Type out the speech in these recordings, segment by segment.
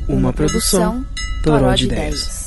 Uma produção Toró de Ideias.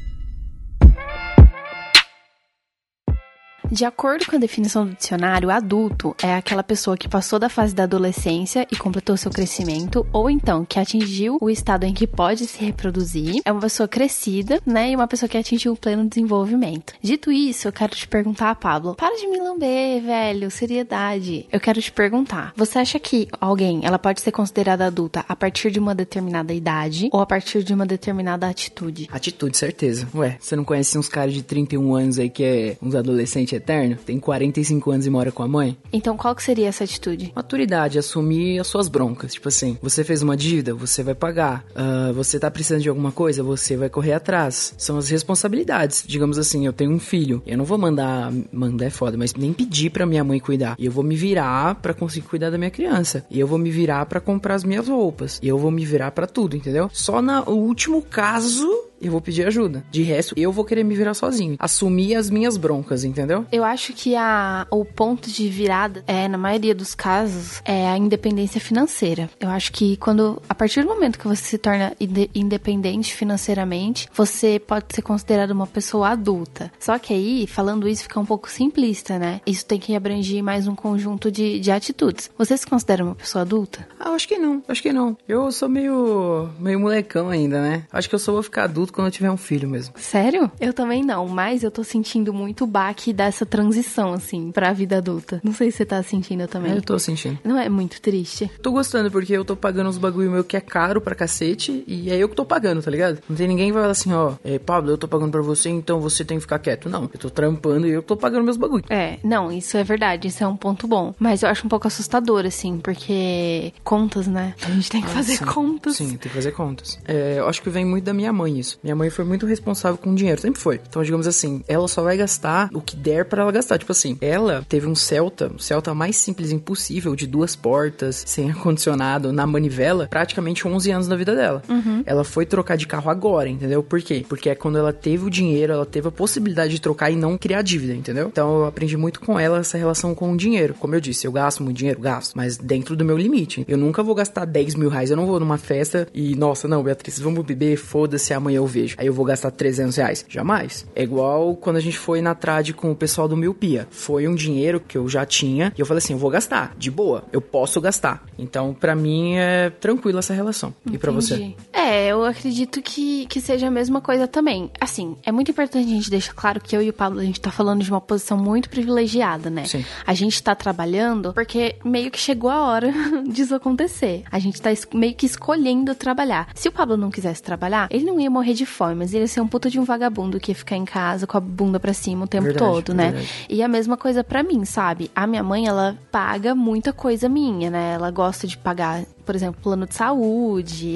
De acordo com a definição do dicionário, adulto é aquela pessoa que passou da fase da adolescência e completou seu crescimento, ou então que atingiu o estado em que pode se reproduzir. É uma pessoa crescida, né? E uma pessoa que atingiu o pleno desenvolvimento. Dito isso, eu quero te perguntar, Pablo, para de me lamber, velho, seriedade. Eu quero te perguntar, você acha que alguém, ela pode ser considerada adulta a partir de uma determinada idade ou a partir de uma determinada atitude? Atitude, certeza. Ué, você não conhece uns caras de 31 anos aí que é uns adolescentes eterno, tem 45 anos e mora com a mãe? Então qual que seria essa atitude? Maturidade, assumir as suas broncas. Tipo assim, você fez uma dívida, você vai pagar. Você tá precisando de alguma coisa, você vai correr atrás. São as responsabilidades. Digamos assim, eu tenho um filho, eu não vou mandar é foda, mas nem pedir pra minha mãe cuidar. E eu vou me virar pra conseguir cuidar da minha criança. E eu vou me virar pra comprar as minhas roupas. E eu vou me virar pra tudo, entendeu? Só no último caso eu vou pedir ajuda. De resto, eu vou querer me virar sozinho. Assumir as minhas broncas, entendeu? Eu acho que o ponto de virada, na maioria dos casos, é a independência financeira. Eu acho que a partir do momento que você se torna independente financeiramente, você pode ser considerado uma pessoa adulta. Só que aí, falando isso, fica um pouco simplista, né? Isso tem que abranger mais um conjunto de atitudes. Você se considera uma pessoa adulta? Eu acho que não. Eu sou meio molecão ainda, né? Acho que eu só vou ficar adulto quando eu tiver um filho mesmo. Sério? Eu também não, mas eu tô sentindo muito o baque dessa transição, assim, pra vida adulta. Não sei se você tá sentindo também. Eu tô sentindo. Não é muito triste? Tô gostando, porque eu tô pagando uns bagulho meu que é caro pra cacete, e é eu que tô pagando, tá ligado? Não tem ninguém que vai falar assim, Pablo, eu tô pagando pra você, então você tem que ficar quieto. Não, eu tô trampando e eu tô pagando meus bagulho. Não, isso é verdade, isso é um ponto bom. Mas eu acho um pouco assustador, assim, porque contas, né? A gente tem que fazer contas. Sim, tem que fazer contas. Eu acho que vem muito da minha mãe isso. Minha mãe foi muito responsável com o dinheiro, sempre foi. Então, digamos assim, ela só vai gastar o que der pra ela gastar. Tipo assim, ela teve um Celta mais simples impossível, de 2 portas, sem ar-condicionado, na manivela, praticamente 11 anos da vida dela. Uhum. Ela foi trocar de carro agora, entendeu? Por quê? Porque é quando ela teve o dinheiro, ela teve a possibilidade de trocar e não criar dívida, entendeu? Então, eu aprendi muito com ela essa relação com o dinheiro. Como eu disse, eu gasto muito dinheiro? Gasto, mas dentro do meu limite. Eu nunca vou gastar 10 mil reais, eu não vou numa festa e, nossa, não, Beatriz, vamos beber, foda-se, amanhã eu vejo. Aí eu vou gastar 300 reais. Jamais. É igual quando a gente foi na trad com o pessoal do Miopia. Foi um dinheiro que eu já tinha e eu falei assim, eu vou gastar. De boa. Eu posso gastar. Então, pra mim, é tranquila essa relação. Entendi. E pra você? Eu acredito que seja a mesma coisa também. Assim, é muito importante a gente deixar claro que eu e o Pablo, a gente tá falando de uma posição muito privilegiada, né? Sim. A gente tá trabalhando porque meio que chegou a hora disso acontecer. A gente tá meio que escolhendo trabalhar. Se o Pablo não quisesse trabalhar, ele não ia morrer de fome, mas ele ia ser um puta de um vagabundo que ia ficar em casa com a bunda pra cima o tempo todo, né? Verdade. E a mesma coisa pra mim, sabe? A minha mãe, ela paga muita coisa minha, né? Ela gosta de pagar, por exemplo, plano de saúde,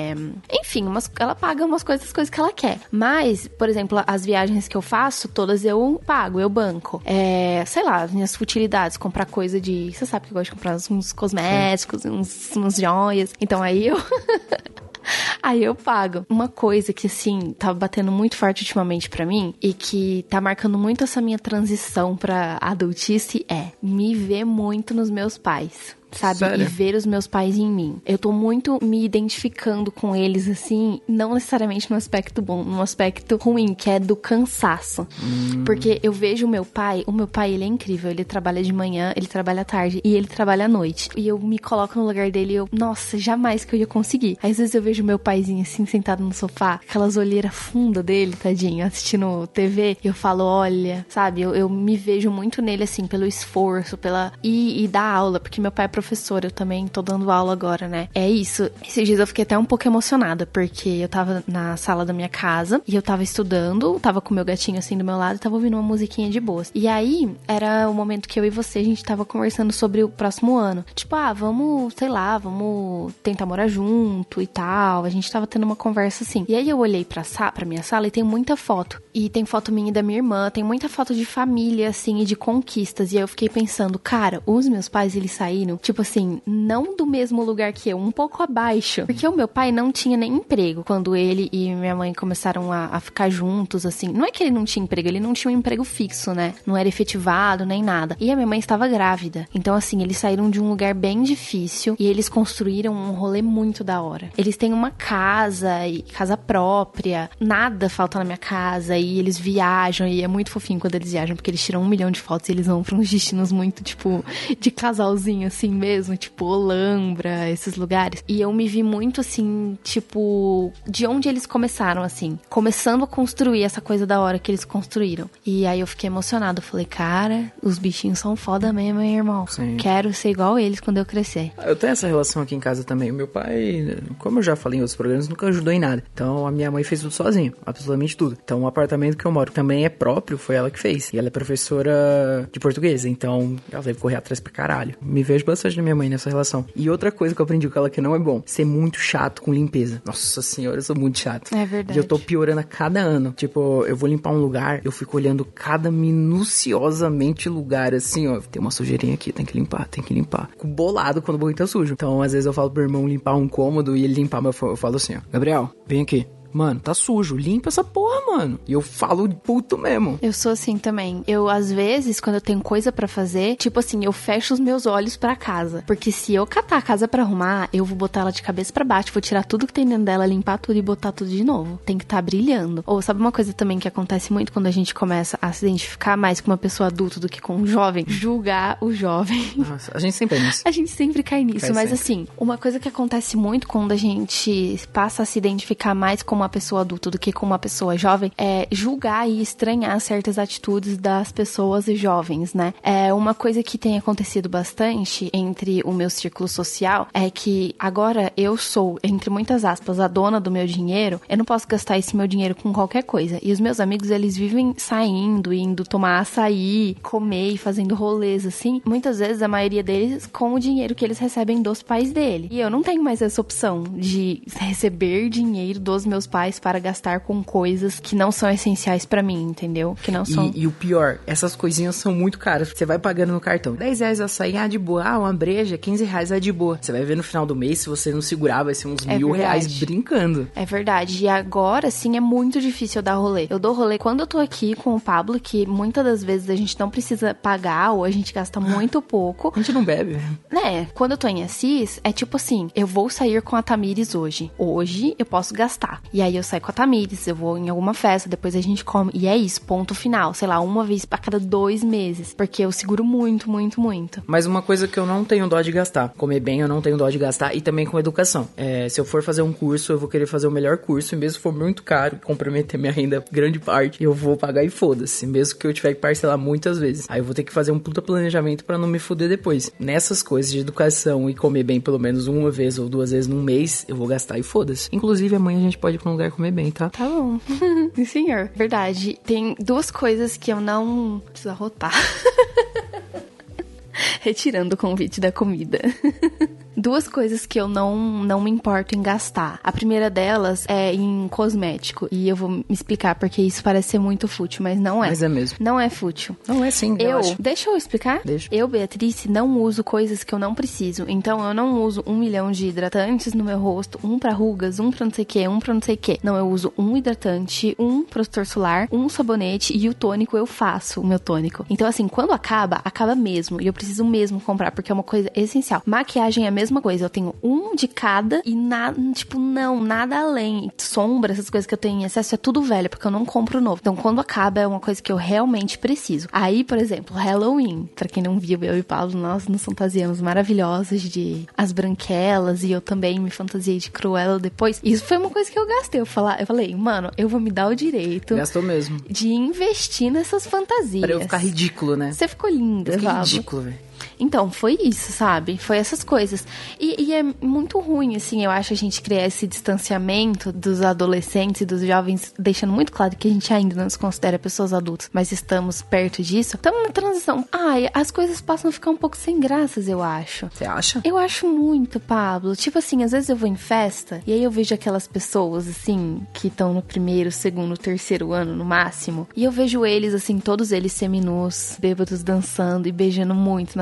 enfim, ela paga umas coisas que ela quer. Mas, por exemplo, as viagens que eu faço, todas eu pago, eu banco. Sei lá, minhas futilidades, comprar coisa de... Você sabe que eu gosto de comprar uns cosméticos, uns joias. Então aí eu... Aí eu pago. Uma coisa que, assim, tá batendo muito forte ultimamente pra mim e que tá marcando muito essa minha transição pra adultice é me ver muito nos meus pais. Sabe? Sério? E ver os meus pais em mim. Eu tô muito me identificando com eles, assim, não necessariamente no aspecto bom, no aspecto ruim, que é do cansaço. Porque eu vejo o meu pai, ele é incrível, ele trabalha de manhã, ele trabalha à tarde e ele trabalha à noite. E eu me coloco no lugar dele e nossa, jamais que eu ia conseguir. Às vezes eu vejo meu paizinho, assim, sentado no sofá, aquelas olheiras fundas dele, tadinho, assistindo TV, e eu falo, olha, sabe, eu me vejo muito nele, assim, pelo esforço, e dar aula, porque meu pai é professora, eu também tô dando aula agora, né? É isso. Esses dias eu fiquei até um pouco emocionada, porque eu tava na sala da minha casa e eu tava estudando, tava com meu gatinho assim do meu lado e tava ouvindo uma musiquinha de boas. E aí, era o momento que eu e você, a gente tava conversando sobre o próximo ano. Tipo, vamos, sei lá, vamos tentar morar junto e tal. A gente tava tendo uma conversa assim. E aí eu olhei pra minha sala e tem muita foto. E tem foto minha e da minha irmã, tem muita foto de família, assim, e de conquistas. E aí eu fiquei pensando, cara, os meus pais, eles saíram, tipo, tipo assim, não do mesmo lugar que eu, um pouco abaixo. Porque o meu pai não tinha nem emprego quando ele e minha mãe começaram a ficar juntos, assim. Não é que ele não tinha emprego, ele não tinha um emprego fixo, né? Não era efetivado, nem nada. E a minha mãe estava grávida. Então, assim, eles saíram de um lugar bem difícil e eles construíram um rolê muito da hora. Eles têm uma casa, e casa própria, nada falta na minha casa, e eles viajam, e é muito fofinho quando eles viajam, porque eles tiram 1 milhão de fotos e eles vão pra uns destinos muito, tipo, de casalzinho, assim mesmo, tipo, Olambra, esses lugares. E eu me vi muito, assim, tipo, de onde eles começaram, assim, começando a construir essa coisa da hora que eles construíram. E aí eu fiquei emocionada, eu falei, cara, os bichinhos são foda mesmo, hein, irmão? Sim. Quero ser igual eles quando eu crescer. Eu tenho essa relação aqui em casa também. O meu pai, como eu já falei em outros programas, nunca ajudou em nada. Então a minha mãe fez tudo sozinha, absolutamente tudo. Então o apartamento que eu moro também é próprio, foi ela que fez. E ela é professora de português, então ela deve correr atrás pra caralho. Me vejo bastante da minha mãe nessa relação. E outra coisa que eu aprendi com ela que não é bom, ser muito chato com limpeza. Nossa senhora, eu sou muito chato. É verdade. E eu tô piorando a cada ano. Tipo, eu vou limpar um lugar, eu fico olhando cada minuciosamente lugar, assim, ó. Tem uma sujeirinha aqui, tem que limpar. Fico bolado quando o bagulho tá sujo. Então, às vezes eu falo pro meu irmão limpar um cômodo e ele limpar, mas eu falo assim, ó. Gabriel, vem aqui. Mano, tá sujo, limpa essa porra, mano. E eu falo puto mesmo. Eu sou assim também. Eu, às vezes, quando eu tenho coisa pra fazer, tipo assim, eu fecho os meus olhos pra casa. Porque se eu catar a casa pra arrumar, eu vou botar ela de cabeça pra baixo, vou tirar tudo que tem dentro dela, limpar tudo e botar tudo de novo. Tem que tá brilhando. Ou sabe uma coisa também que acontece muito quando a gente começa a se identificar mais com uma pessoa adulta do que com um jovem? Julgar o jovem. Nossa, a gente sempre é nisso. A gente sempre cai nisso. Cai mas sempre. assim, uma coisa que acontece muito quando a gente passa a se identificar mais com uma pessoa adulta do que com uma pessoa jovem é julgar e estranhar certas atitudes das pessoas jovens, né? É uma coisa que tem acontecido bastante entre o meu círculo social é que agora eu sou, entre muitas aspas, a dona do meu dinheiro. Eu não posso gastar esse meu dinheiro com qualquer coisa. E os meus amigos, eles vivem saindo, indo tomar açaí, comer e fazendo rolês, assim. Muitas vezes, a maioria deles com o dinheiro que eles recebem dos pais dele. E eu não tenho mais essa opção de receber dinheiro dos meus pais para gastar com coisas que não são essenciais pra mim, entendeu? Que não são... E o pior, essas coisinhas são muito caras. Você vai pagando no cartão. 10 reais açaí, de boa. Uma breja, 15 reais, de boa. Você vai ver no final do mês, se você não segurar, vai ser uns R$1.000 brincando. É verdade. E agora, sim, é muito difícil eu dar rolê. Eu dou rolê quando eu tô aqui com o Pablo, que muitas das vezes a gente não precisa pagar ou a gente gasta muito pouco. A gente não bebe. Né? Quando eu tô em Assis, é tipo assim, eu vou sair com a Tamires hoje. Hoje eu posso gastar. E aí eu saio com a Tamires, eu vou em alguma festa, depois a gente come. E é isso, ponto final. Sei lá, uma vez a cada 2 meses. Porque eu seguro muito, muito, muito. Mas uma coisa que eu não tenho dó de gastar. Comer bem, eu não tenho dó de gastar. E também com educação. Se eu for fazer um curso, eu vou querer fazer o melhor curso. E mesmo se for muito caro, comprometer minha renda grande parte, eu vou pagar e foda-se. Mesmo que eu tiver que parcelar muitas vezes. Aí eu vou ter que fazer um puta planejamento pra não me fuder depois. Nessas coisas de educação e comer bem pelo menos uma vez ou 2 vezes num mês, eu vou gastar e foda-se. Inclusive, amanhã a gente pode ir pra um lugar comer bem, tá? Tá bom. Sim, senhor. Verdade. Tem 2 coisas que eu não preciso arrotar. Retirando o convite da comida. 2 coisas que eu não me importo em gastar. A primeira delas é em cosmético. E eu vou me explicar, porque isso parece ser muito fútil, mas não é. Mas é mesmo. Não é fútil. Não é sim, Deixa eu explicar? Deixa. Eu, Beatriz, não uso coisas que eu não preciso. Então, eu não uso 1 milhão de hidratantes no meu rosto, um pra rugas, um pra não sei o que, um pra não sei o que. Não, eu uso um hidratante, um protetor solar, um sabonete e o tônico eu faço, o meu tônico. Então, assim, quando acaba mesmo. E eu preciso mesmo comprar, porque é uma coisa essencial. Maquiagem é a mesma coisa. Eu tenho um de cada e nada, tipo, nada além. Sombra, essas coisas que eu tenho em excesso, é tudo velho, porque eu não compro novo. Então, quando acaba, é uma coisa que eu realmente preciso. Aí, por exemplo, Halloween. Pra quem não viu, eu e Paulo, nós nos fantasiamos maravilhosas de As Branquelas, e eu também me fantasiei de Cruella depois. Isso foi uma coisa que eu gastei. Eu falei, mano, eu vou me dar o direito... Gastou mesmo. ...de investir nessas fantasias. Pra eu ficar ridículo, né? Você ficou linda, Eu fiquei Vavo. ridículo, velho. Então, foi isso, sabe? Foi essas coisas. E é muito ruim, assim, eu acho, a gente criar esse distanciamento dos adolescentes e dos jovens, deixando muito claro que a gente ainda não se considera pessoas adultas, mas estamos perto disso. Estamos na transição. As coisas passam a ficar um pouco sem graças, eu acho. Você acha? Eu acho muito, Pablo. Tipo assim, às vezes eu vou em festa e aí eu vejo aquelas pessoas, assim, que estão no 1º, 2º, 3º ano, no máximo. E eu vejo eles, assim, todos eles seminus, bêbados, dançando e beijando muito nas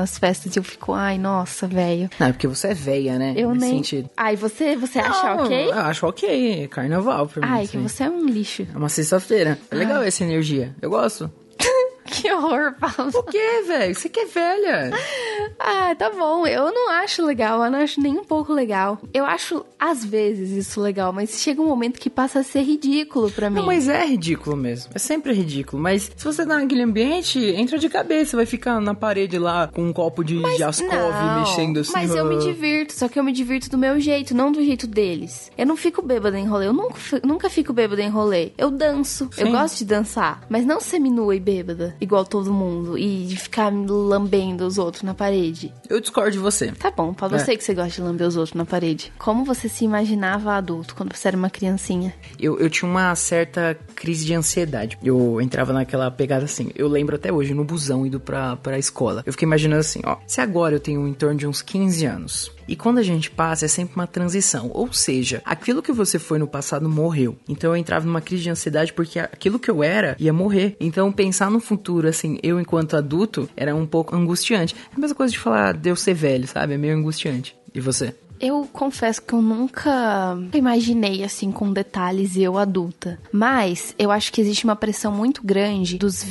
nas festas e eu fico, ai, nossa, velho. Não, é porque você é velha, né? Eu Nesse nem... sentido. Ai, você acha Não, ok? Eu acho ok, carnaval pra mim. Ai, que você é um lixo. É uma sexta-feira. É legal essa energia. Eu gosto. Que horror, Paulo. O quê, velho? Você que é velha. Ah, tá bom. Eu não acho legal. Eu não acho nem um pouco legal. Eu acho, às vezes, isso legal. Mas chega um momento que passa a ser ridículo pra mim. Não, mas é ridículo mesmo. É sempre ridículo. Mas se você tá naquele ambiente, entra de cabeça. Vai ficar na parede lá com um copo de Ascov mexendo assim. Mas eu me divirto. Só que eu me divirto do meu jeito, não do jeito deles. Eu não fico bêbada em rolê. Eu nunca fico bêbada em rolê. Eu danço. Sim. Eu gosto de dançar. Mas não seminua e bêbada. Igual todo mundo. E de ficar lambendo os outros na parede. Eu discordo de você. Tá bom, Paulo. Eu sei que você gosta de lamber os outros na parede. Como você se imaginava adulto quando você era uma criancinha? Eu tinha uma certa crise de ansiedade. Eu entrava naquela pegada assim. Eu lembro até hoje, no busão, indo pra escola. Eu fiquei imaginando assim, ó. Se agora eu tenho em torno de uns 15 anos... E quando a gente passa, é sempre uma transição. Ou seja, aquilo que você foi no passado morreu. Então eu entrava numa crise de ansiedade porque aquilo que eu era ia morrer. Então pensar no futuro, assim, eu enquanto adulto, era um pouco angustiante. É a mesma coisa de falar de eu ser velho, sabe? É meio angustiante. E você? Eu confesso que eu nunca imaginei, assim, com detalhes eu adulta. Mas eu acho que existe uma pressão muito grande dos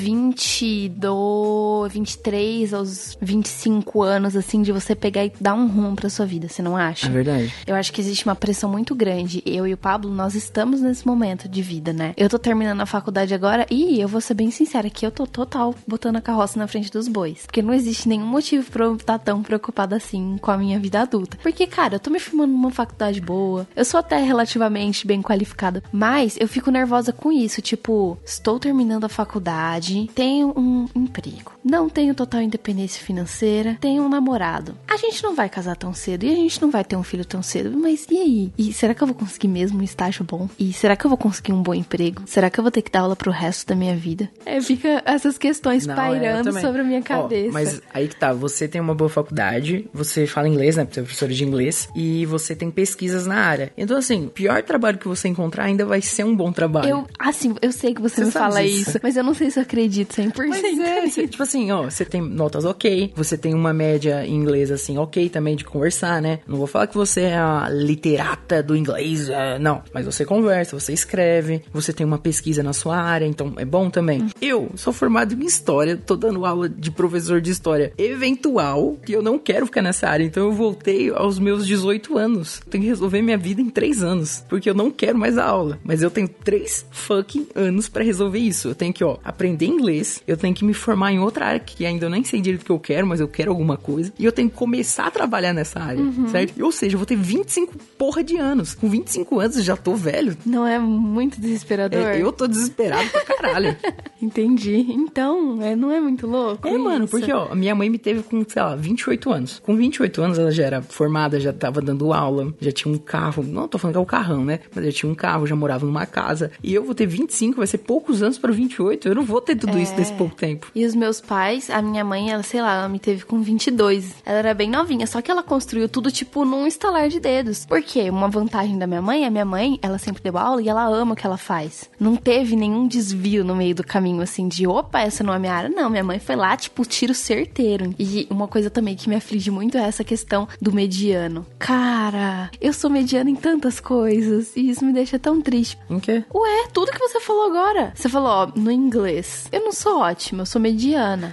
22, 23 aos 25 anos, assim, de você pegar e dar um rumo pra sua vida, você não acha? É verdade. Eu acho que existe uma pressão muito grande. Eu e o Pablo, nós estamos nesse momento de vida, né? Eu tô terminando a faculdade agora e eu vou ser bem sincera que eu tô total botando a carroça na frente dos bois. Porque não existe nenhum motivo pra eu estar tão preocupada assim com a minha vida adulta. Porque, cara, eu tô me formando numa faculdade boa. Eu sou até relativamente bem qualificada. Mas eu fico nervosa com isso. Tipo, estou terminando a faculdade, tenho um emprego, não tenho total independência financeira, tenho um namorado. A gente não vai casar tão cedo e a gente não vai ter um filho tão cedo. Mas e aí? E será que eu vou conseguir mesmo um estágio bom? E será que eu vou conseguir um bom emprego? Será que eu vou ter que dar aula pro resto da minha vida? Fica essas questões pairando sobre a minha cabeça. Mas aí que tá, você tem uma boa faculdade, você fala inglês, né? Você é professora de inglês, e você tem pesquisas na área. Então, assim, o pior trabalho que você encontrar ainda vai ser um bom trabalho. Eu sei que você me fala isso, mas eu não sei se eu acredito 100%. Mas tipo assim, ó, você tem notas ok, você tem uma média em inglês, assim, ok também de conversar, né? Não vou falar que você é a literata do inglês, não. Mas você conversa, você escreve, você tem uma pesquisa na sua área, então é bom também. Eu sou formado em História, tô dando aula de professor de História eventual, que eu não quero ficar nessa área, então eu voltei aos meus 18 anos. Tenho que resolver minha vida em 3 anos, porque eu não quero mais a aula. Mas eu tenho 3 fucking anos pra resolver isso. Eu tenho que, aprender inglês, eu tenho que me formar em outra área que ainda eu nem sei direito o que eu quero, mas eu quero alguma coisa. E eu tenho que começar a trabalhar nessa área, certo? Ou seja, eu vou ter 25 porra de anos. Com 25 anos eu já tô velho. Não é muito desesperador? Eu tô desesperado pra caralho. Entendi. Então, não é muito louco? Mano, porque, a minha mãe me teve com, 28 anos. Com 28 anos ela já era formada, já tava dando aula, já tinha um carro. Não tô falando que é o carrão, né? Mas já tinha um carro, já morava numa casa. E eu vou ter 25, vai ser poucos anos pra 28. Eu não vou ter tudo isso nesse pouco tempo. E os meus pais, a minha mãe, ela me teve com 22. Ela era bem novinha, só que ela construiu tudo, tipo, num estalar de dedos. Por quê? Uma vantagem da minha mãe, a minha mãe, ela sempre deu aula e ela ama o que ela faz. Não teve nenhum desvio no meio do caminho, assim, de opa, essa não é a minha área. Não, minha mãe foi lá, tipo, tiro certeiro. E uma coisa também que me aflige muito é essa questão do mediano. Cara, eu sou mediana em tantas coisas e isso me deixa tão triste. Em quê? Ué, tudo que você falou agora. Você falou, no inglês. Eu não sou ótima, eu sou mediana.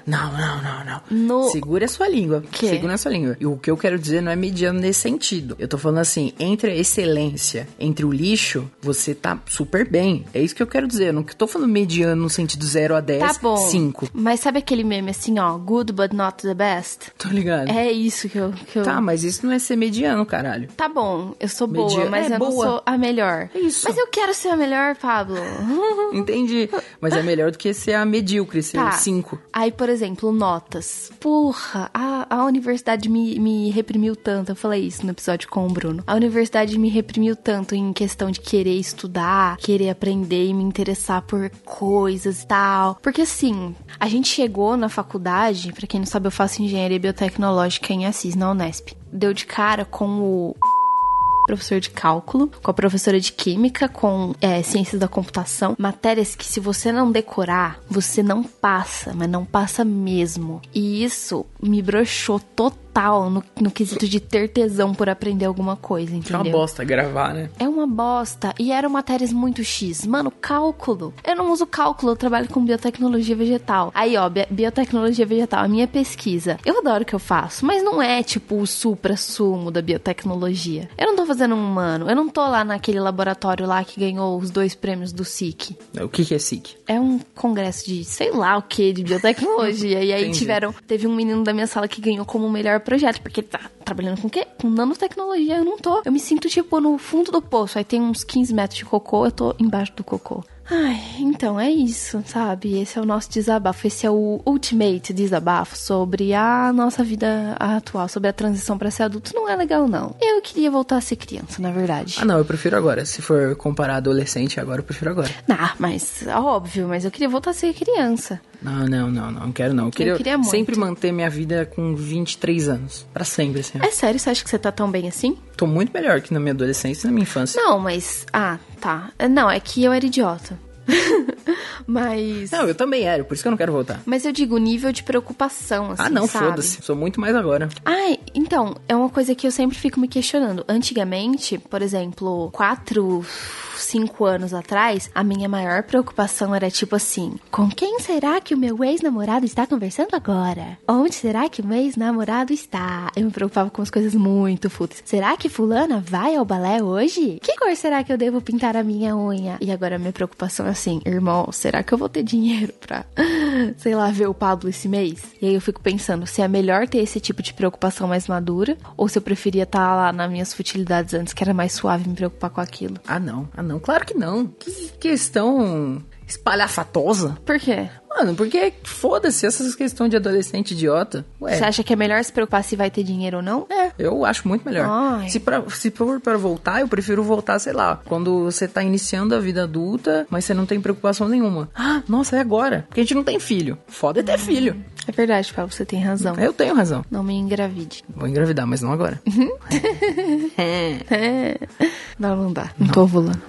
Não. Segura a sua língua. Quê? Segura a sua língua. E o que eu quero dizer não é mediano nesse sentido. Eu tô falando assim, entre a excelência, entre o lixo, você tá super bem. É isso que eu quero dizer. Eu não tô falando mediano no sentido 0 a 10, tá bom. 5. Mas sabe aquele meme assim, good but not the best? Tô ligado. É isso que eu... Tá, mas isso não é ser mediano, caralho. Tá bom, eu sou boa, mas eu não sou a melhor. É isso. Mas eu quero ser a melhor, Pablo. Entendi. Mas é melhor do que ser a medíocre, ser o 5. Aí, por exemplo, notas. Porra, a universidade me reprimiu tanto. Eu falei isso no episódio com o Bruno. A universidade me reprimiu tanto em questão de querer estudar, querer aprender e me interessar por coisas e tal. Porque assim, a gente chegou na faculdade, pra quem não sabe, eu faço engenharia biotecnológica em Assis, na Unesp. Deu de cara com o professor de cálculo, com a professora de química, com ciências da computação. Matérias que se você não decorar, você não passa, mas não passa mesmo. E isso me broxou total no quesito de ter tesão por aprender alguma coisa, entendeu? É uma bosta gravar, né? É uma bosta. E eram matérias muito X. Mano, cálculo. Eu não uso cálculo, eu trabalho com biotecnologia vegetal. Aí, ó, biotecnologia vegetal, a minha pesquisa. Eu adoro o que eu faço, mas não é, tipo, o supra-sumo da biotecnologia. Eu não tô fazendo um humano. Eu não tô lá naquele laboratório lá que ganhou os 2 prêmios do SIC. O que é SIC? É um congresso de, sei lá o que, de biotecnologia. E aí teve um menino da minha sala que ganhou como o melhor projeto, porque ele tá trabalhando com o quê? Com nanotecnologia. Eu não tô. Eu me sinto, tipo, no fundo do poço. Aí tem uns 15 metros de cocô, eu tô embaixo do cocô. Ai, então é isso, sabe? Esse é o nosso desabafo. Esse é o ultimate desabafo sobre a nossa vida atual, sobre a transição pra ser adulto. Não é legal, não. Eu queria voltar a ser criança, na verdade. Ah, não, eu prefiro agora. Se for comparar adolescente agora, eu prefiro agora. Mas óbvio, mas eu queria voltar a ser criança. Não quero não. Eu queria muito. Sempre manter minha vida com 23 anos. Pra sempre, assim. É sério? Você acha que você tá tão bem assim? Tô muito melhor que na minha adolescência e na minha infância. Não, mas... Ah, tá. Não, é que eu era idiota. Mas... Não, eu também era, por isso que eu não quero voltar. Mas eu digo nível de preocupação, assim, não, sabe? foda-se. Sou muito mais agora. Ai, então, é uma coisa que eu sempre fico me questionando. Antigamente, por exemplo, 4, 5 anos atrás, a minha maior preocupação era tipo assim: com quem será que o meu ex-namorado está conversando agora? Onde será que o meu ex-namorado está? Eu me preocupava com as coisas muito fúteis. Será que fulana vai ao balé hoje? Que cor será que eu devo pintar a minha unha? E agora a minha preocupação é assim: irmão, será que eu vou ter dinheiro pra, sei lá, ver o Pablo esse mês? E aí eu fico pensando se é melhor ter esse tipo de preocupação mais madura, ou se eu preferia estar lá nas minhas futilidades antes, que era mais suave me preocupar com aquilo. Ah, não, claro que não. Que questão espalhafatosa. Por quê? Mano, porque foda-se essas questões de adolescente idiota. Ué. Você acha que é melhor se preocupar se vai ter dinheiro ou não? Eu acho muito melhor. Ai. Se for pra voltar, eu prefiro voltar, sei lá, quando você tá iniciando a vida adulta, mas você não tem preocupação nenhuma. Ah, nossa, é agora. Porque a gente não tem filho. Foda é ter filho. É verdade, Paulo, você tem razão. Eu tenho razão. Não me engravide. Vou engravidar, mas não agora. Não dá. Não tô ovulando.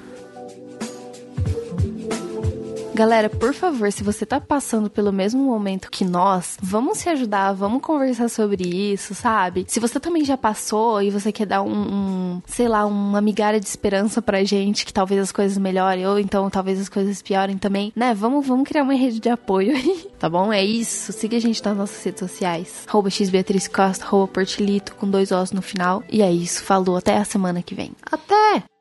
Galera, por favor, se você tá passando pelo mesmo momento que nós, vamos se ajudar, vamos conversar sobre isso, sabe? Se você também já passou e você quer dar sei lá, uma migalha de esperança pra gente, que talvez as coisas melhorem, ou então talvez as coisas piorem também, né? Vamos criar uma rede de apoio aí, tá bom? É isso. Siga a gente nas nossas redes sociais. @xbeatrizcosta, @portilito, com 2 Os no final. E é isso. Falou. Até a semana que vem. Até!